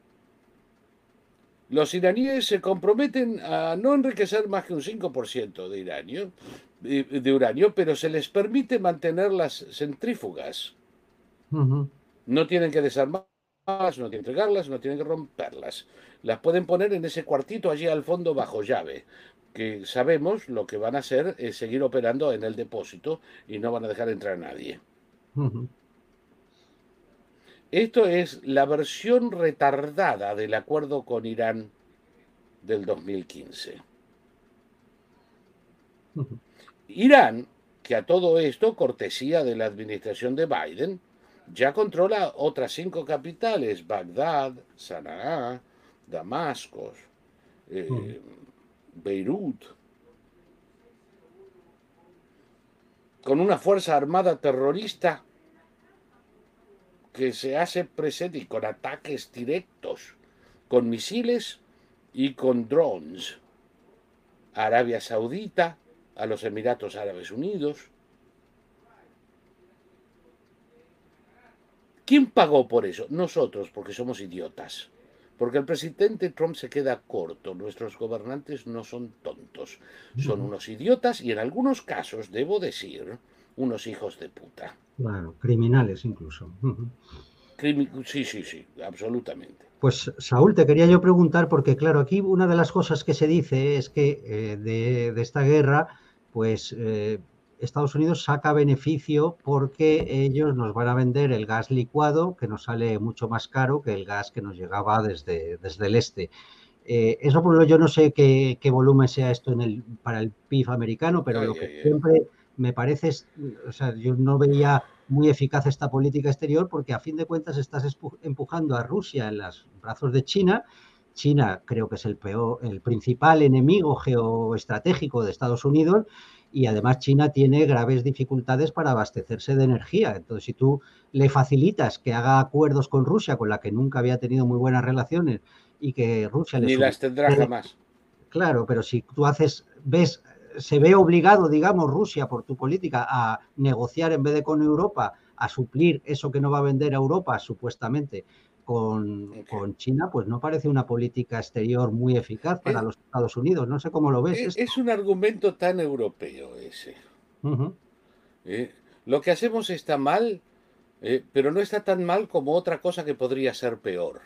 Los iraníes se comprometen a no enriquecer más que un 5% de uranio, pero se les permite mantener las centrífugas. No tienen que desarmarlas, no tienen que entregarlas, no tienen que romperlas. Las pueden poner en ese cuartito allí al fondo bajo llave, que sabemos lo que van a hacer es seguir operando en el depósito y no van a dejar entrar a nadie. Esto es la versión retardada del acuerdo con Irán del 2015. Irán, que a todo esto, cortesía de la administración de Biden, ya controla otras 5 capitales: Bagdad, Sanaa, Damasco, Beirut, con una fuerza armada terrorista que se hace presente y con ataques directos, con misiles y con drones, a Arabia Saudita, a los Emiratos Árabes Unidos. ¿Quién pagó por eso? Nosotros, porque somos idiotas. Porque el presidente Trump se queda corto. Nuestros gobernantes no son tontos. Son unos idiotas y en algunos casos, debo decir, unos hijos de puta. Claro, criminales incluso. Sí, absolutamente. Pues Saúl, te quería yo preguntar, porque claro, aquí una de las cosas que se dice es que de esta guerra, pues Estados Unidos saca beneficio porque ellos nos van a vender el gas licuado, que nos sale mucho más caro que el gas que nos llegaba desde el este. Eso, por lo yo no sé qué volumen sea esto para el PIB americano, pero lo que siempre me parece, o sea, yo no veía muy eficaz esta política exterior porque a fin de cuentas estás empujando a Rusia en los brazos de China. China creo que es el principal enemigo geoestratégico de Estados Unidos y además China tiene graves dificultades para abastecerse de energía. Entonces, si tú le facilitas que haga acuerdos con Rusia, con la que nunca había tenido muy buenas relaciones, y que Rusia ni las tendrá jamás. Claro, pero si tú se ve obligado, digamos, Rusia por tu política a negociar en vez de con Europa, a suplir eso que no va a vender a Europa, supuestamente, con China, pues no parece una política exterior muy eficaz para los Estados Unidos. No sé cómo lo ves. Es un argumento tan europeo ese. Lo que hacemos está mal, pero no está tan mal como otra cosa que podría ser peor.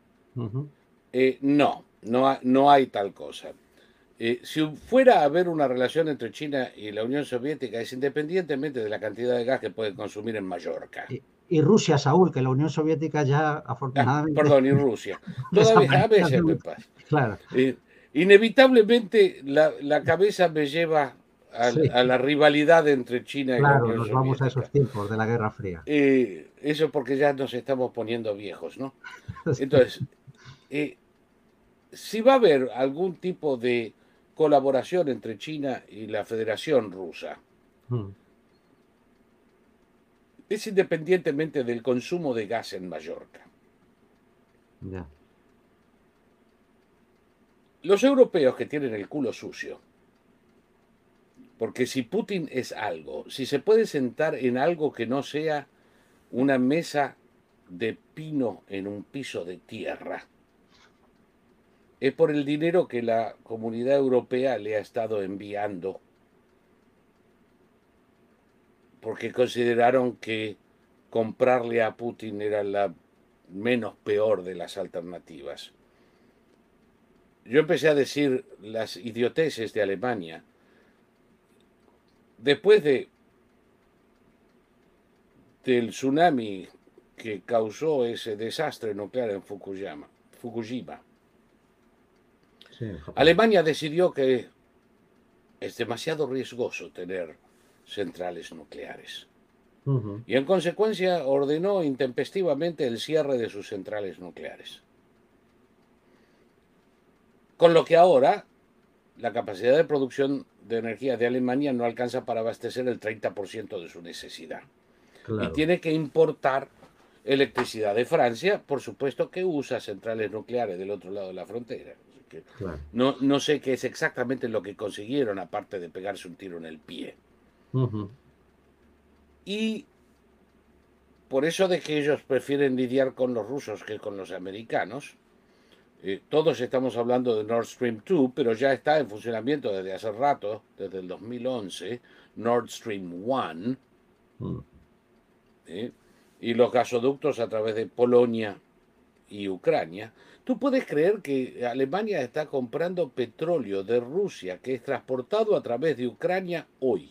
No hay tal cosa. Si fuera a haber una relación entre China y la Unión Soviética, es independientemente de la cantidad de gas que pueden consumir en Mallorca. Y Rusia, Saúl, que la Unión Soviética ya afortunadamente... y Rusia. Todavía a veces me pasa. Claro. Inevitablemente la cabeza me lleva a la rivalidad entre China y la Unión nos Soviética. Vamos a esos tiempos de la Guerra Fría. Eso porque ya nos estamos poniendo viejos, ¿no? Entonces, si va a haber algún tipo de colaboración entre China y la Federación Rusa. Es independientemente del consumo de gas en Mallorca. Ya. Los europeos que tienen el culo sucio, porque si Putin es algo, si se puede sentar en algo que no sea una mesa de pino en un piso de tierra, es por el dinero que la Comunidad Europea le ha estado enviando, porque consideraron que comprarle a Putin era la menos peor de las alternativas. Yo empecé a decir las idioteces de Alemania después del tsunami que causó ese desastre nuclear en Fukushima. Sí, en Japón. Alemania decidió que es demasiado riesgoso tener centrales nucleares. Y en consecuencia ordenó intempestivamente el cierre de sus centrales nucleares. Con lo que ahora la capacidad de producción de energía de Alemania no alcanza para abastecer el 30% de su necesidad. Claro. Y tiene que importar electricidad de Francia, por supuesto que usa centrales nucleares del otro lado de la frontera. Claro. No sé qué es exactamente lo que consiguieron, aparte de pegarse un tiro en el pie. Y por eso de que ellos prefieren lidiar con los rusos que con los americanos, todos estamos hablando de Nord Stream 2, pero ya está en funcionamiento desde hace rato, desde el 2011, Nord Stream 1, y los gasoductos a través de Polonia y Ucrania. ¿Tú puedes creer que Alemania está comprando petróleo de Rusia que es transportado a través de Ucrania hoy?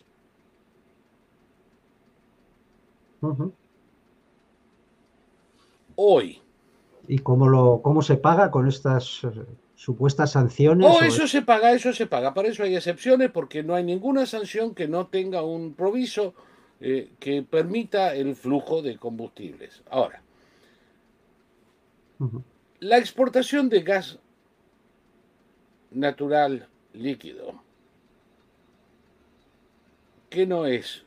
Hoy. ¿Y cómo se paga con estas supuestas sanciones? Oh, eso se paga, eso se paga. Para eso hay excepciones, porque no hay ninguna sanción que no tenga un proviso que permita el flujo de combustibles. Ahora, la exportación de gas natural líquido, que no es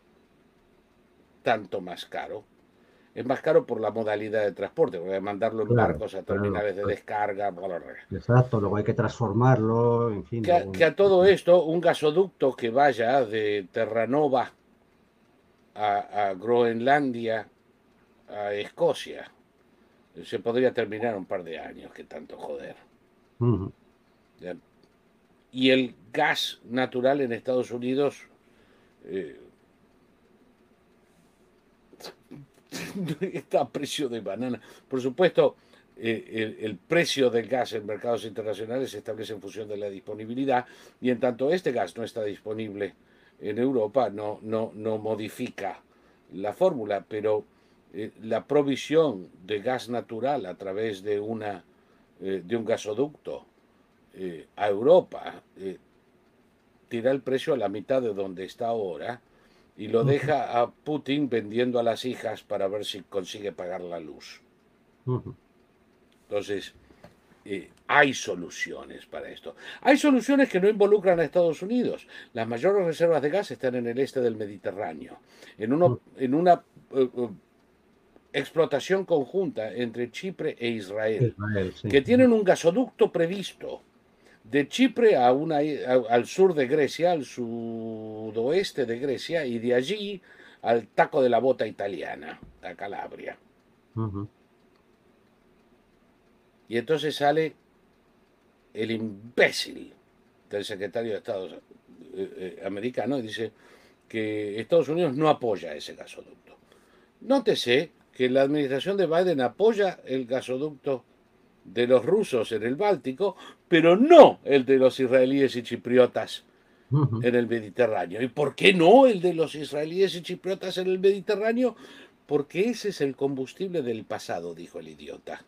tanto más caro, es más caro por la modalidad de transporte, porque hay que mandarlo en barcos a terminales de descarga. Exacto, luego hay que transformarlo, en fin. Que a todo esto, un gasoducto que vaya de Terranova a Groenlandia, a Escocia, se podría terminar un par de años, que tanto joder. Y el gas natural en Estados Unidos está a precio de banana. Por supuesto, el precio del gas en mercados internacionales se establece en función de la disponibilidad, y en tanto este gas no está disponible en Europa, no modifica la fórmula, pero la provisión de gas natural a través de un gasoducto a Europa tira el precio a la mitad de donde está ahora, y lo deja a Putin vendiendo a las hijas para ver si consigue pagar la luz. Entonces, hay soluciones para esto. Hay soluciones que no involucran a Estados Unidos. Las mayores reservas de gas están en el este del Mediterráneo, en una explotación conjunta entre Chipre e Israel, Sí. que tienen un gasoducto previsto de Chipre al sur de Grecia, al sudoeste de Grecia, y de allí al taco de la bota italiana, a Calabria. Y entonces sale el imbécil del secretario de Estado americano y dice que Estados Unidos no apoya ese gasoducto. Nótese que la administración de Biden apoya el gasoducto de los rusos en el Báltico, pero no el de los israelíes y chipriotas en el Mediterráneo. ¿Y por qué no el de los israelíes y chipriotas en el Mediterráneo? Porque ese es el combustible del pasado, dijo el idiota.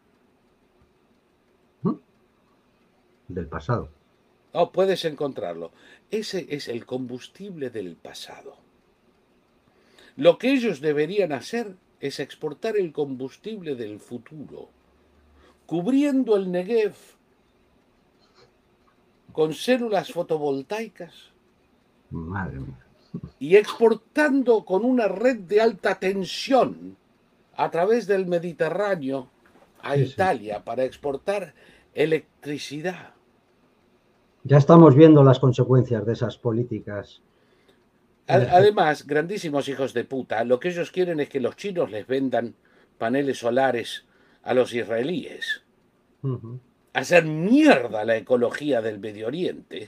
Del pasado. Oh, puedes encontrarlo. Ese es el combustible del pasado. Lo que ellos deberían hacer es exportar el combustible del futuro, cubriendo el Negev con células fotovoltaicas Madre mía. y exportando con una red de alta tensión a través del Mediterráneo a Italia para exportar electricidad. Ya estamos viendo las consecuencias de esas políticas. Además, grandísimos hijos de puta, lo que ellos quieren es que los chinos les vendan paneles solares a los israelíes. Hacer mierda la ecología del Medio Oriente.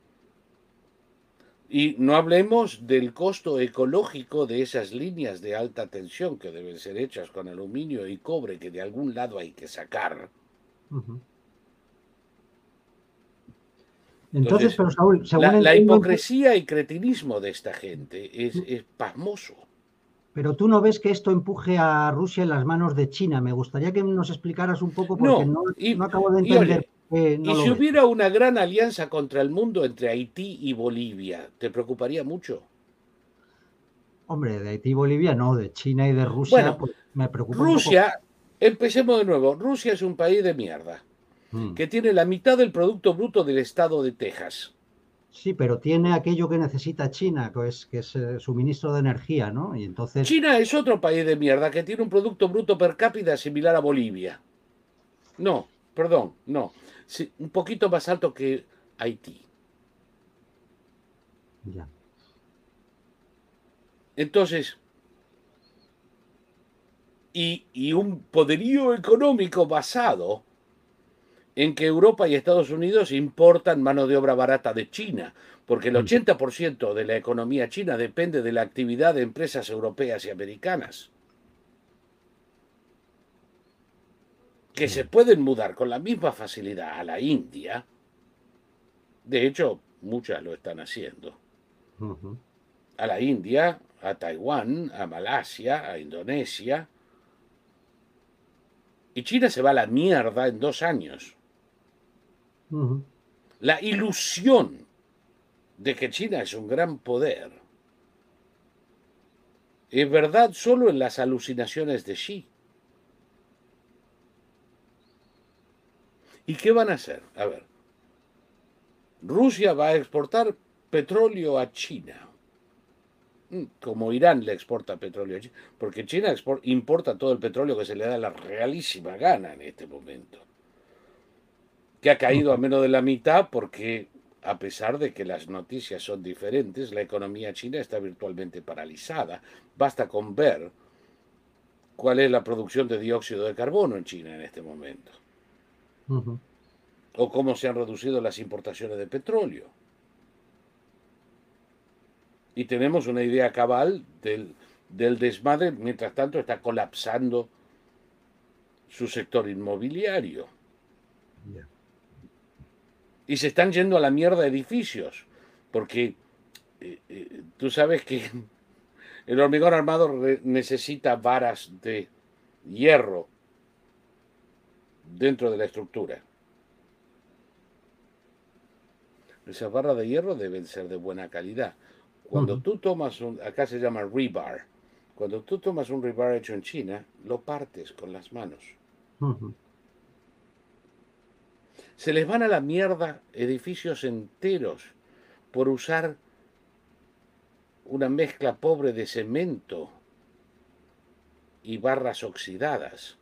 Y no hablemos del costo ecológico de esas líneas de alta tensión que deben ser hechas con aluminio y cobre que de algún lado hay que sacar. Entonces, pero Saúl, según la hipocresía y cretinismo de esta gente es pasmoso. Pero tú no ves que esto empuje a Rusia en las manos de China. Me gustaría que nos explicaras un poco porque no acabo de entender. Y si hubiera una gran alianza contra el mundo entre Haití y Bolivia, ¿te preocuparía mucho? Hombre, de Haití y Bolivia no, de China y de Rusia bueno, pues me preocupa Rusia, un poco. Empecemos de nuevo. Rusia es un país de mierda que tiene la mitad del Producto Bruto del estado de Texas. Sí, pero tiene aquello que necesita China, que es suministro de energía, ¿no? Y entonces... China es otro país de mierda que tiene un Producto Bruto per cápita similar a Bolivia. No, perdón, no. Sí, un poquito más alto que Haití. Ya. Entonces, y un poderío económico basado en que Europa y Estados Unidos importan mano de obra barata de China, porque el 80% de la economía china depende de la actividad de empresas europeas y americanas, que se pueden mudar con la misma facilidad a la India. De hecho, muchas lo están haciendo. A la India, a Taiwán, a Malasia, a Indonesia. Y China se va a la mierda en 2 años. La ilusión de que China es un gran poder es verdad solo en las alucinaciones de Xi. ¿Y qué van a hacer? A ver, Rusia va a exportar petróleo a China, como Irán le exporta petróleo a China, porque China importa todo el petróleo que se le da la realísima gana en este momento, que ha caído a menos de la mitad porque, a pesar de que las noticias son diferentes, la economía china está virtualmente paralizada. Basta con ver cuál es la producción de dióxido de carbono en China en este momento. O cómo se han reducido las importaciones de petróleo. Y tenemos una idea cabal del desmadre. Mientras tanto está colapsando su sector inmobiliario. Y se están yendo a la mierda edificios, porque tú sabes que el hormigón armado necesita varas de hierro dentro de la estructura. Esas barras de hierro deben ser de buena calidad. Cuando tú tomas acá se llama rebar, cuando tú tomas un rebar hecho en China, lo partes con las manos. Se les van a la mierda edificios enteros por usar una mezcla pobre de cemento y barras oxidadas.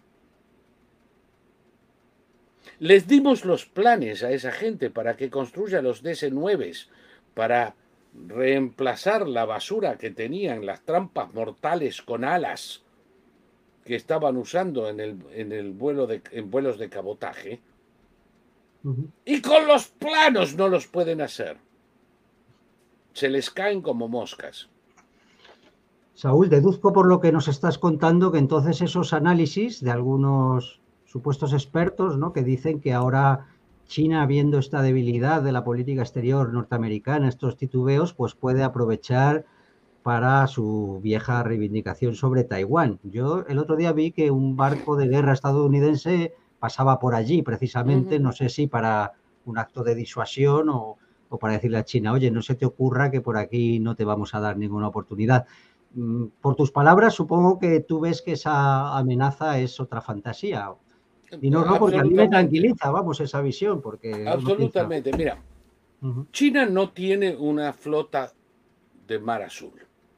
Les dimos los planes a esa gente para que construya los DC-9 para reemplazar la basura que tenían, las trampas mortales con alas que estaban usando en vuelos de cabotaje. Y con los planos no los pueden hacer. Se les caen como moscas. Saúl, deduzco por lo que nos estás contando que entonces esos análisis de algunos supuestos expertos, ¿no?, que dicen que ahora China, viendo esta debilidad de la política exterior norteamericana, estos titubeos, pues puede aprovechar para su vieja reivindicación sobre Taiwán. Yo el otro día vi que un barco de guerra estadounidense pasaba por allí precisamente, no sé si para un acto de disuasión o para decirle a China, oye, no se te ocurra que por aquí no te vamos a dar ninguna oportunidad. Por tus palabras, supongo que tú ves que esa amenaza es otra fantasía. Y no, porque a mí me tranquiliza, vamos, esa visión. Porque absolutamente, mira, China no tiene una flota de mar azul.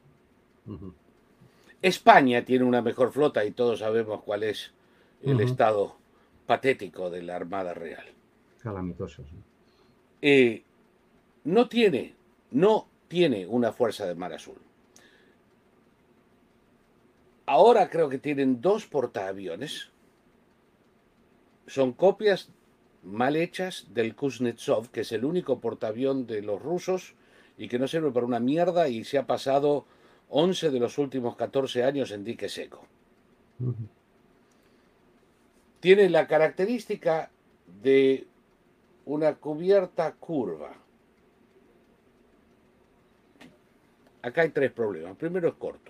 España tiene una mejor flota y todos sabemos cuál es el estado patético de la Armada Real. Calamitoso. Sí. No tiene una fuerza de mar azul. Ahora creo que tienen 2 portaaviones. Son copias mal hechas del Kuznetsov, que es el único portaavión de los rusos y que no sirve para una mierda y se ha pasado 11 de los últimos 14 años en dique seco. Tiene la característica de una cubierta curva. Acá hay 3 problemas. Primero, es corto.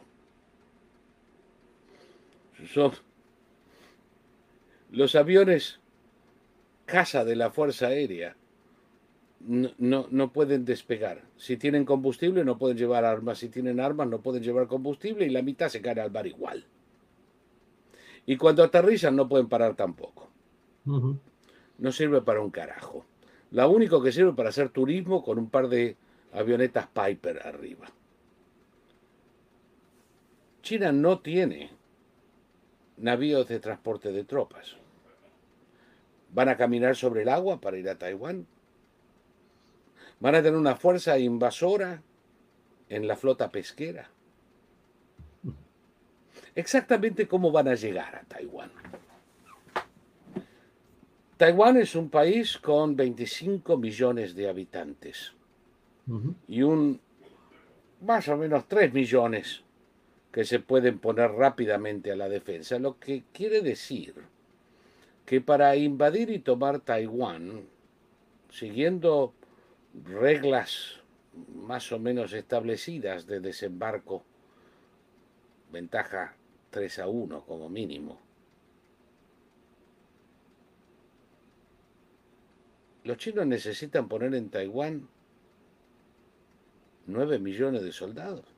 Los aviones caza de la Fuerza Aérea no pueden despegar. Si tienen combustible no pueden llevar armas. Si tienen armas no pueden llevar combustible y la mitad se cae al mar igual. Y cuando aterrizan no pueden parar tampoco. No sirve para un carajo. Lo único que sirve para hacer turismo con un par de avionetas Piper arriba. China no tiene navíos de transporte de tropas. ¿Van a caminar sobre el agua para ir a Taiwán? ¿Van a tener una fuerza invasora en la flota pesquera? Exactamente cómo van a llegar a Taiwán. Taiwán es un país con 25 millones de habitantes y más o menos 3 millones que se pueden poner rápidamente a la defensa, lo que quiere decir que para invadir y tomar Taiwán, siguiendo reglas más o menos establecidas de desembarco, ventaja 3-1 como mínimo, los chinos necesitan poner en Taiwán 9 millones de soldados.